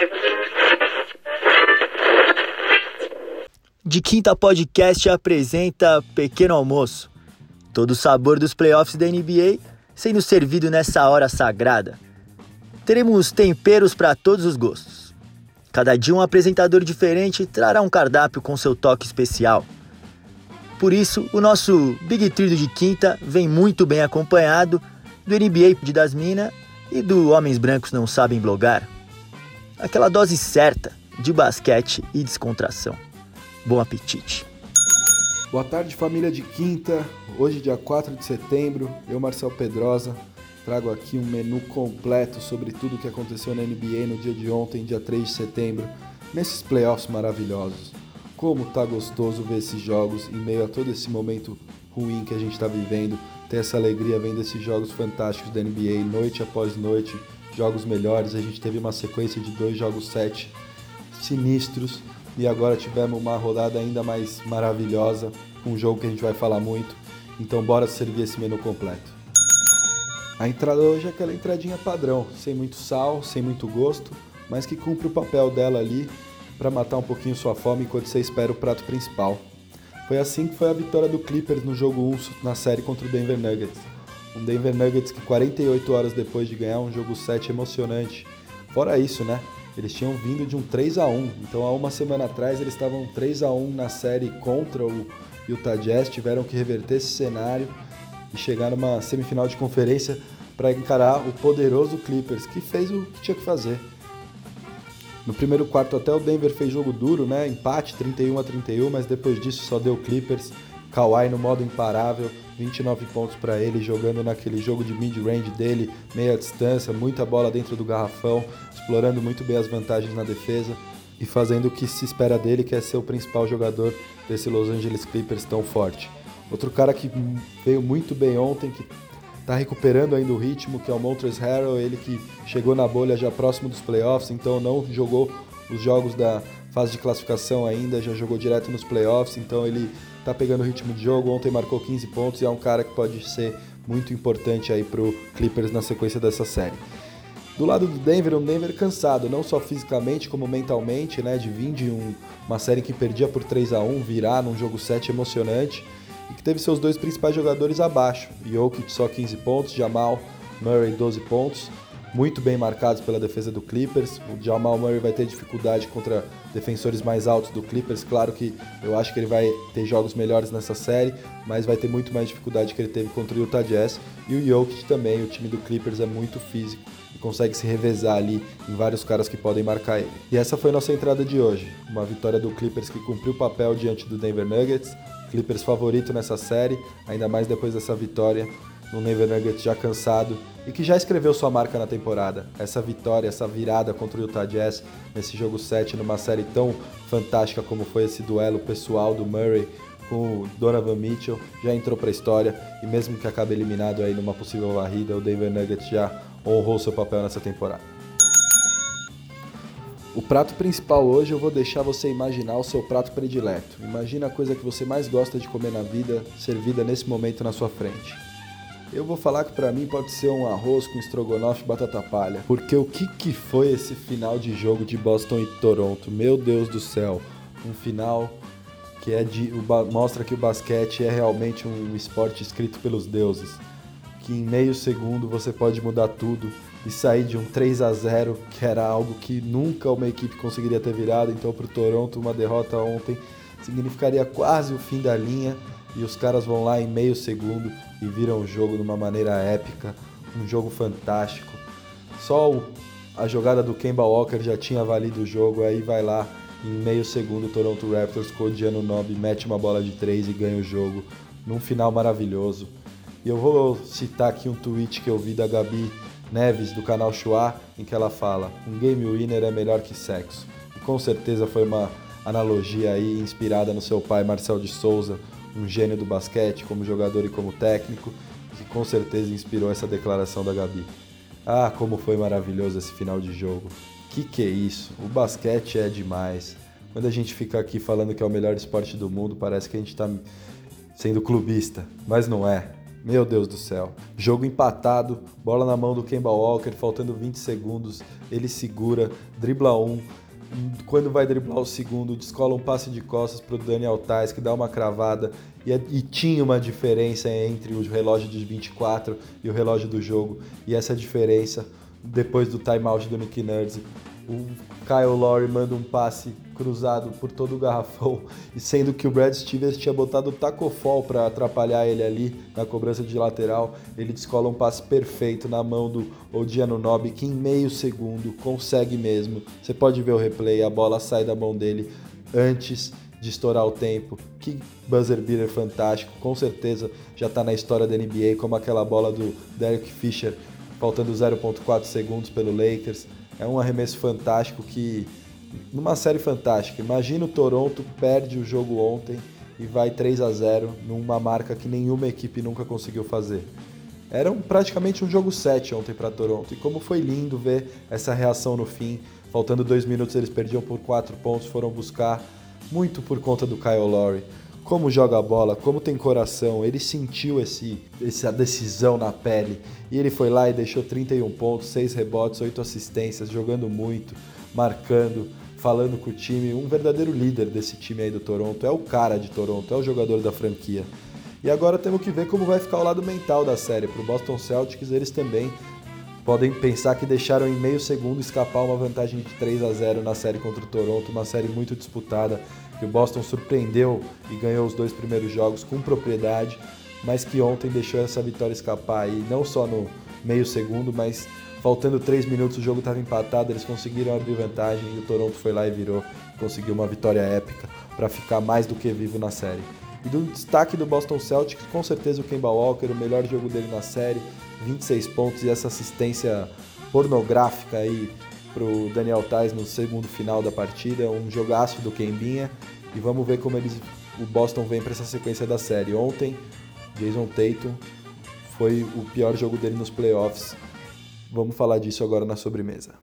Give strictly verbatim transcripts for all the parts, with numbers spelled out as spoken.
De Quinta Podcast apresenta Pequeno Almoço. Todo o sabor dos playoffs da N B A sendo servido nessa hora sagrada. Teremos temperos para todos os gostos. Cada dia um apresentador diferente trará um cardápio com seu toque especial. Por isso, o nosso Big Trio de Quinta vem muito bem acompanhado do N B A de das Minas e do Homens Brancos Não Sabem Blogar. Aquela dose certa de basquete e descontração. Bom apetite. Boa tarde, família de Quinta. Hoje, dia quatro de setembro, eu, Marcel Pedrosa, trago aqui um menu completo sobre tudo o que aconteceu na N B A no dia de ontem, dia três de setembro, nesses playoffs maravilhosos. Como tá gostoso ver esses jogos em meio a todo esse momento ruim que a gente está vivendo, ter essa alegria vendo esses jogos fantásticos da N B A, noite após noite, jogos melhores. A gente teve uma sequência de dois jogos sete sinistros e agora tivemos uma rodada ainda mais maravilhosa, um jogo que a gente vai falar muito. Então bora servir esse menu completo. A entrada hoje é aquela entradinha padrão, sem muito sal, sem muito gosto, mas que cumpre o papel dela ali para matar um pouquinho sua fome enquanto você espera o prato principal. Foi assim que foi a vitória do Clippers no jogo um na série contra o Denver Nuggets. Um Denver Nuggets que quarenta e oito horas depois de ganhar um jogo sete emocionante. Fora isso, né? Eles tinham vindo de um três a um, então há uma semana atrás eles estavam três a um na série contra o Utah Jazz, tiveram que reverter esse cenário e chegar numa semifinal de conferência para encarar o poderoso Clippers, que fez o que tinha que fazer. No primeiro quarto até o Denver fez jogo duro, né? Empate trinta e um a trinta e um, mas depois disso só deu Clippers. Kawhi no modo imparável, vinte e nove pontos para ele, jogando naquele jogo de mid-range dele, meia distância, muita bola dentro do garrafão, explorando muito bem as vantagens na defesa e fazendo o que se espera dele, que é ser o principal jogador desse Los Angeles Clippers tão forte. Outro cara que veio muito bem ontem, que está recuperando ainda o ritmo, que é o Montrezl Harrell, ele que chegou na bolha já próximo dos playoffs, então não jogou os jogos da fase de classificação ainda, já jogou direto nos playoffs, então ele tá pegando o ritmo de jogo. Ontem marcou quinze pontos e é um cara que pode ser muito importante aí pro Clippers na sequência dessa série. Do lado do Denver, um Denver cansado, não só fisicamente como mentalmente, né, de vir de um, uma série que perdia por três a um, virar num jogo sete emocionante e que teve seus dois principais jogadores abaixo. Jokic só quinze pontos, Jamal Murray doze pontos, muito bem marcados pela defesa do Clippers. O Jamal Murray vai ter dificuldade contra defensores mais altos do Clippers. Claro que eu acho que ele vai ter jogos melhores nessa série, mas vai ter muito mais dificuldade que ele teve contra o Utah Jazz. E o Jokic também, o time do Clippers é muito físico e consegue se revezar ali em vários caras que podem marcar ele. E essa foi nossa entrada de hoje, uma vitória do Clippers que cumpriu o papel diante do Denver Nuggets. Clippers favorito nessa série, ainda mais depois dessa vitória no Denver Nuggets já cansado e que já escreveu sua marca na temporada. Essa vitória, essa virada contra o Utah Jazz nesse jogo sete, numa série tão fantástica como foi esse duelo pessoal do Murray com o Donovan Mitchell, já entrou para a história e mesmo que acabe eliminado aí numa possível varrida, o Denver Nuggets já honrou seu papel nessa temporada. O prato principal hoje eu vou deixar você imaginar o seu prato predileto. Imagina a coisa que você mais gosta de comer na vida, servida nesse momento na sua frente. Eu vou falar que pra mim pode ser um arroz com estrogonofe e batata palha. Porque o que que foi esse final de jogo de Boston e Toronto? Meu Deus do céu. Um final que é de, mostra que o basquete é realmente um esporte escrito pelos deuses. Que em meio segundo você pode mudar tudo e sair de um três a zero, que era algo que nunca uma equipe conseguiria ter virado. Então pro Toronto uma derrota ontem significaria quase o fim da linha. E os caras vão lá em meio segundo e viram o jogo de uma maneira épica, um jogo fantástico. Só o, a jogada do Kemba Walker já tinha valido o jogo, aí vai lá em meio segundo o Toronto Raptors com o Giannunobi mete uma bola de três e ganha o jogo num final maravilhoso. E eu vou citar aqui um tweet que eu vi da Gabi Neves do canal Chua, em que ela fala: um game winner é melhor que sexo. E com certeza foi uma analogia aí inspirada no seu pai Marcel de Souza, um gênio do basquete como jogador e como técnico, que com certeza inspirou essa declaração da Gabi. Ah, como foi maravilhoso esse final de jogo. Que que é isso? O basquete é demais. Quando a gente fica aqui falando que é o melhor esporte do mundo, parece que a gente está sendo clubista, mas não é. Meu Deus do céu. Jogo empatado, bola na mão do Kemba Walker, faltando vinte segundos, ele segura, dribla um, quando vai driblar o segundo, descola um passe de costas pro Daniel Theis, que dá uma cravada, e, e tinha uma diferença entre o relógio de vinte e quatro e o relógio do jogo, e essa diferença, depois do timeout do Nick Nurse, o Kyle Lowry manda um passe cruzado por todo o garrafão, e sendo que o Brad Stevens tinha botado o taco fall para atrapalhar ele ali na cobrança de lateral, ele descola um passe perfeito na mão do O G Anunoby, que em meio segundo consegue mesmo. Você pode ver o replay, a bola sai da mão dele antes de estourar o tempo. Que buzzer beater fantástico, com certeza já está na história da N B A, como aquela bola do Derek Fisher, faltando zero ponto quatro segundos pelo Lakers. É um arremesso fantástico que, numa série fantástica, imagina o Toronto perde o jogo ontem e vai três a zero numa marca que nenhuma equipe nunca conseguiu fazer. Era um, praticamente um jogo sete ontem para Toronto, e como foi lindo ver essa reação no fim. Faltando dois minutos eles perdiam por quatro pontos, foram buscar, muito por conta do Kyle Lowry. Como joga a bola, como tem coração, ele sentiu esse, essa decisão na pele, e ele foi lá e deixou trinta e um pontos, seis rebotes, oito assistências, jogando muito, marcando, falando com o time, um verdadeiro líder desse time aí do Toronto, é o cara de Toronto, é o jogador da franquia. E agora temos que ver como vai ficar o lado mental da série. Para o Boston Celtics, eles também podem pensar que deixaram em meio segundo escapar uma vantagem de três a zero na série contra o Toronto, uma série muito disputada, que o Boston surpreendeu e ganhou os dois primeiros jogos com propriedade, mas que ontem deixou essa vitória escapar, e não só no meio segundo, mas faltando três minutos o jogo estava empatado, eles conseguiram abrir vantagem e o Toronto foi lá e virou, conseguiu uma vitória épica para ficar mais do que vivo na série. E do destaque do Boston Celtics, com certeza o Kemba Walker, o melhor jogo dele na série, vinte e seis pontos e essa assistência pornográfica aí pro Daniel Theis no segundo final da partida, um jogaço do Kembinha, e vamos ver como eles, o Boston vem para essa sequência da série. Ontem, Jason Tatum foi o pior jogo dele nos playoffs, vamos falar disso agora na sobremesa.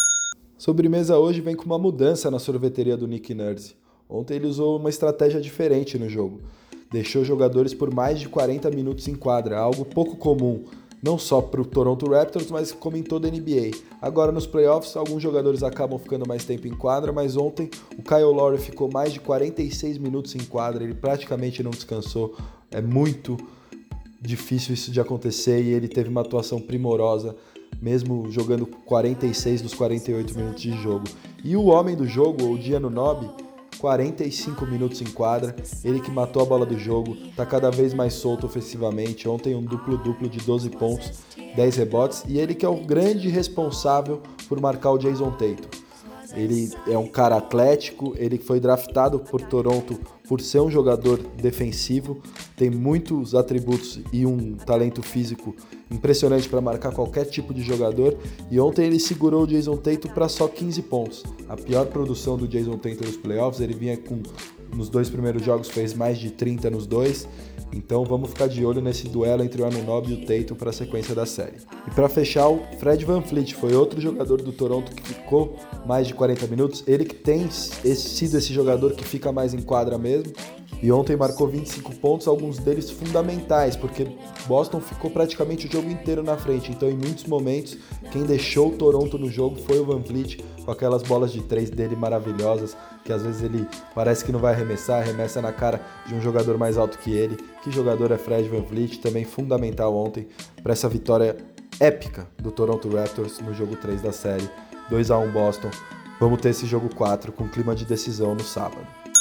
Sobremesa hoje vem com uma mudança na sorveteria do Nick Nurse. Ontem ele usou uma estratégia diferente no jogo, deixou jogadores por mais de quarenta minutos em quadra, algo pouco comum, não só para o Toronto Raptors, mas como em toda a N B A. Agora nos playoffs, alguns jogadores acabam ficando mais tempo em quadra, mas ontem o Kyle Lowry ficou mais de quarenta e seis minutos em quadra, ele praticamente não descansou, é muito difícil isso de acontecer, e ele teve uma atuação primorosa, mesmo jogando quarenta e seis dos quarenta e oito minutos de jogo. E o homem do jogo, o O G Anunoby, quarenta e cinco minutos em quadra, ele que matou a bola do jogo, tá cada vez mais solto ofensivamente. Ontem um duplo-duplo de doze pontos, dez rebotes, e ele que é o grande responsável por marcar o Jason Tatum. Ele é um cara atlético, ele foi draftado por Toronto por ser um jogador defensivo, tem muitos atributos e um talento físico impressionante para marcar qualquer tipo de jogador, e ontem ele segurou o Jason Tatum para só quinze pontos. A pior produção do Jason Tatum nos playoffs, ele vinha com, nos dois primeiros jogos fez mais de trinta nos dois, então vamos ficar de olho nesse duelo entre o Anunoby e o Tatum para a sequência da série. E para fechar, o Fred VanVleet foi outro jogador do Toronto que ficou mais de quarenta minutos, ele que tem sido esse jogador que fica mais em quadra mesmo, e ontem marcou vinte e cinco pontos, alguns deles fundamentais, porque Boston ficou praticamente o jogo inteiro na frente, então em muitos momentos quem deixou o Toronto no jogo foi o VanVleet, com aquelas bolas de três dele maravilhosas, que às vezes ele parece que não vai arremessar, arremessa na cara de um jogador mais alto que ele. Que jogador é Fred VanVleet, também fundamental ontem para essa vitória épica do Toronto Raptors no jogo três da série, dois a um Boston. Vamos ter esse jogo quatro com clima de decisão no sábado.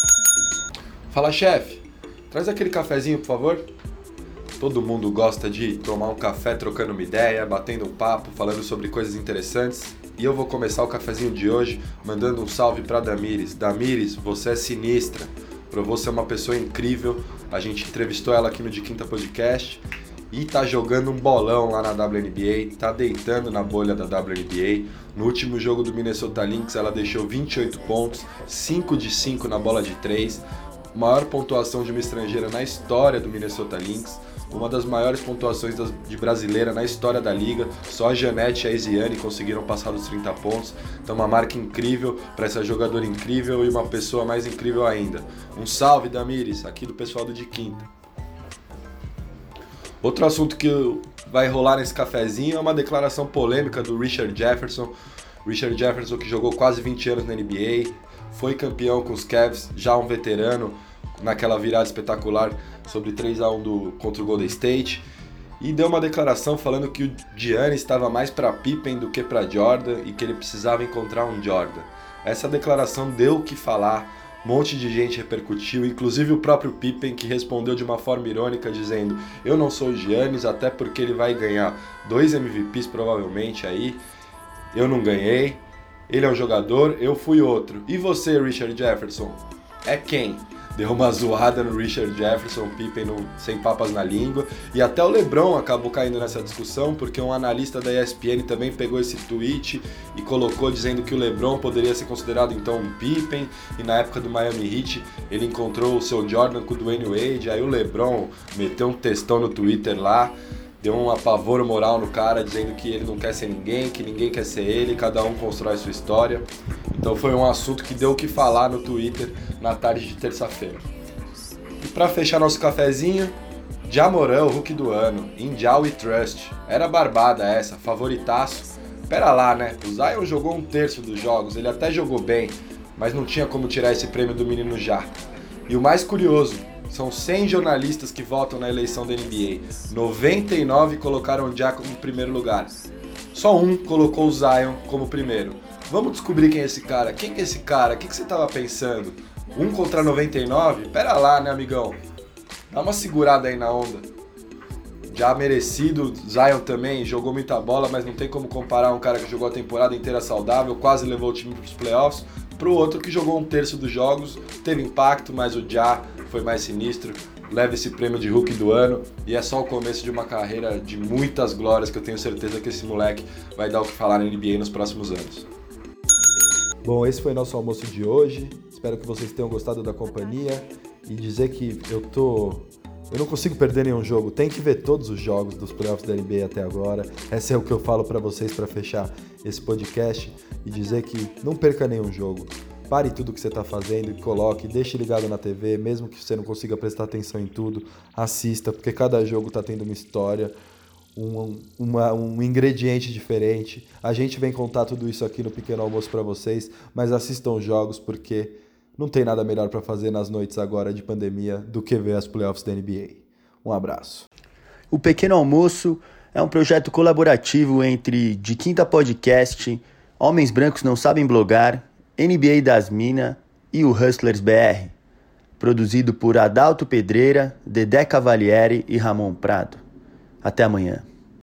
Fala, chefe, traz aquele cafezinho, por favor. Todo mundo gosta de tomar um café trocando uma ideia, batendo um papo, falando sobre coisas interessantes. E eu vou começar o cafezinho de hoje mandando um salve para Damires. Damires, você é sinistra, provou ser uma pessoa incrível. A gente entrevistou ela aqui no De Quinta Podcast e tá jogando um bolão lá na W N B A, tá deitando na bolha da W N B A. No último jogo do Minnesota Lynx ela deixou vinte e oito pontos, cinco de cinco na bola de três, maior pontuação de uma estrangeira na história do Minnesota Lynx, uma das maiores pontuações de brasileira na história da liga. Só a Janete e a Isiane conseguiram passar dos trinta pontos, então uma marca incrível para essa jogadora incrível e uma pessoa mais incrível ainda. Um salve, Damires, aqui do pessoal do De Quinta. Outro assunto que vai rolar nesse cafezinho é uma declaração polêmica do Richard Jefferson. Richard Jefferson, que jogou quase vinte anos na N B A, foi campeão com os Cavs, já um veterano, naquela virada espetacular sobre três a um do, contra o Golden State, e deu uma declaração falando que o Giannis estava mais para Pippen do que para Jordan e que ele precisava encontrar um Jordan. Essa declaração deu o que falar, um monte de gente repercutiu, inclusive o próprio Pippen, que respondeu de uma forma irônica dizendo: eu não sou o Giannis, até porque ele vai ganhar dois M V Ps provavelmente aí, eu não ganhei, ele é um jogador, eu fui outro. E você, Richard Jefferson, é quem? Deu uma zoada no Richard Jefferson, Pippen no, sem papas na língua, e até o LeBron acabou caindo nessa discussão, porque um analista da E S P N também pegou esse tweet e colocou dizendo que o LeBron poderia ser considerado então um Pippen, e na época do Miami Heat ele encontrou o seu Jordan com o Dwayne Wade, aí o LeBron meteu um textão no Twitter lá, deu um apavoro moral no cara, dizendo que ele não quer ser ninguém, que ninguém quer ser ele, cada um constrói sua história. Então foi um assunto que deu o que falar no Twitter na tarde de terça-feira. E para fechar nosso cafezinho, Ja Morant, o Rookie do ano, In Ja We Trust. Era barbada essa, favoritaço. Pera lá, né? O Zion jogou um terço dos jogos, ele até jogou bem, mas não tinha como tirar esse prêmio do menino Ja. E o mais curioso, são cem jornalistas que votam na eleição da N B A. noventa e nove colocaram o Ja como primeiro lugar. Só um colocou o Zion como primeiro. Vamos descobrir quem é esse cara. Quem que é esse cara? O que, que você estava pensando? Um contra noventa e nove? Pera lá, né, amigão? Dá uma segurada aí na onda. Já merecido, Zion também jogou muita bola, mas não tem como comparar um cara que jogou a temporada inteira saudável, quase levou o time para os playoffs, pro outro que jogou um terço dos jogos, teve impacto, mas o Ja foi mais sinistro, leva esse prêmio de Rookie do ano, e é só o começo de uma carreira de muitas glórias que eu tenho certeza que esse moleque vai dar o que falar na N B A nos próximos anos. Bom, esse foi nosso almoço de hoje. Espero que vocês tenham gostado da companhia e dizer que eu tô... Eu não consigo perder nenhum jogo. Tem que ver todos os jogos dos playoffs da N B A até agora. Esse é o que eu falo para vocês para fechar esse podcast e dizer que não perca nenhum jogo. Pare tudo que você está fazendo e coloque, deixe ligado na T V, mesmo que você não consiga prestar atenção em tudo, assista, porque cada jogo está tendo uma história, um, uma, um ingrediente diferente. A gente vem contar tudo isso aqui no Pequeno Almoço para vocês, mas assistam os jogos porque não tem nada melhor para fazer nas noites agora de pandemia do que ver as playoffs da N B A. Um abraço. O Pequeno Almoço é um projeto colaborativo entre De Quinta Podcast, Homens Brancos Não Sabem Blogar, N B A das Minas e o Hustlers B R. Produzido por Adalto Pedreira, Dedé Cavalieri e Ramon Prado. Até amanhã.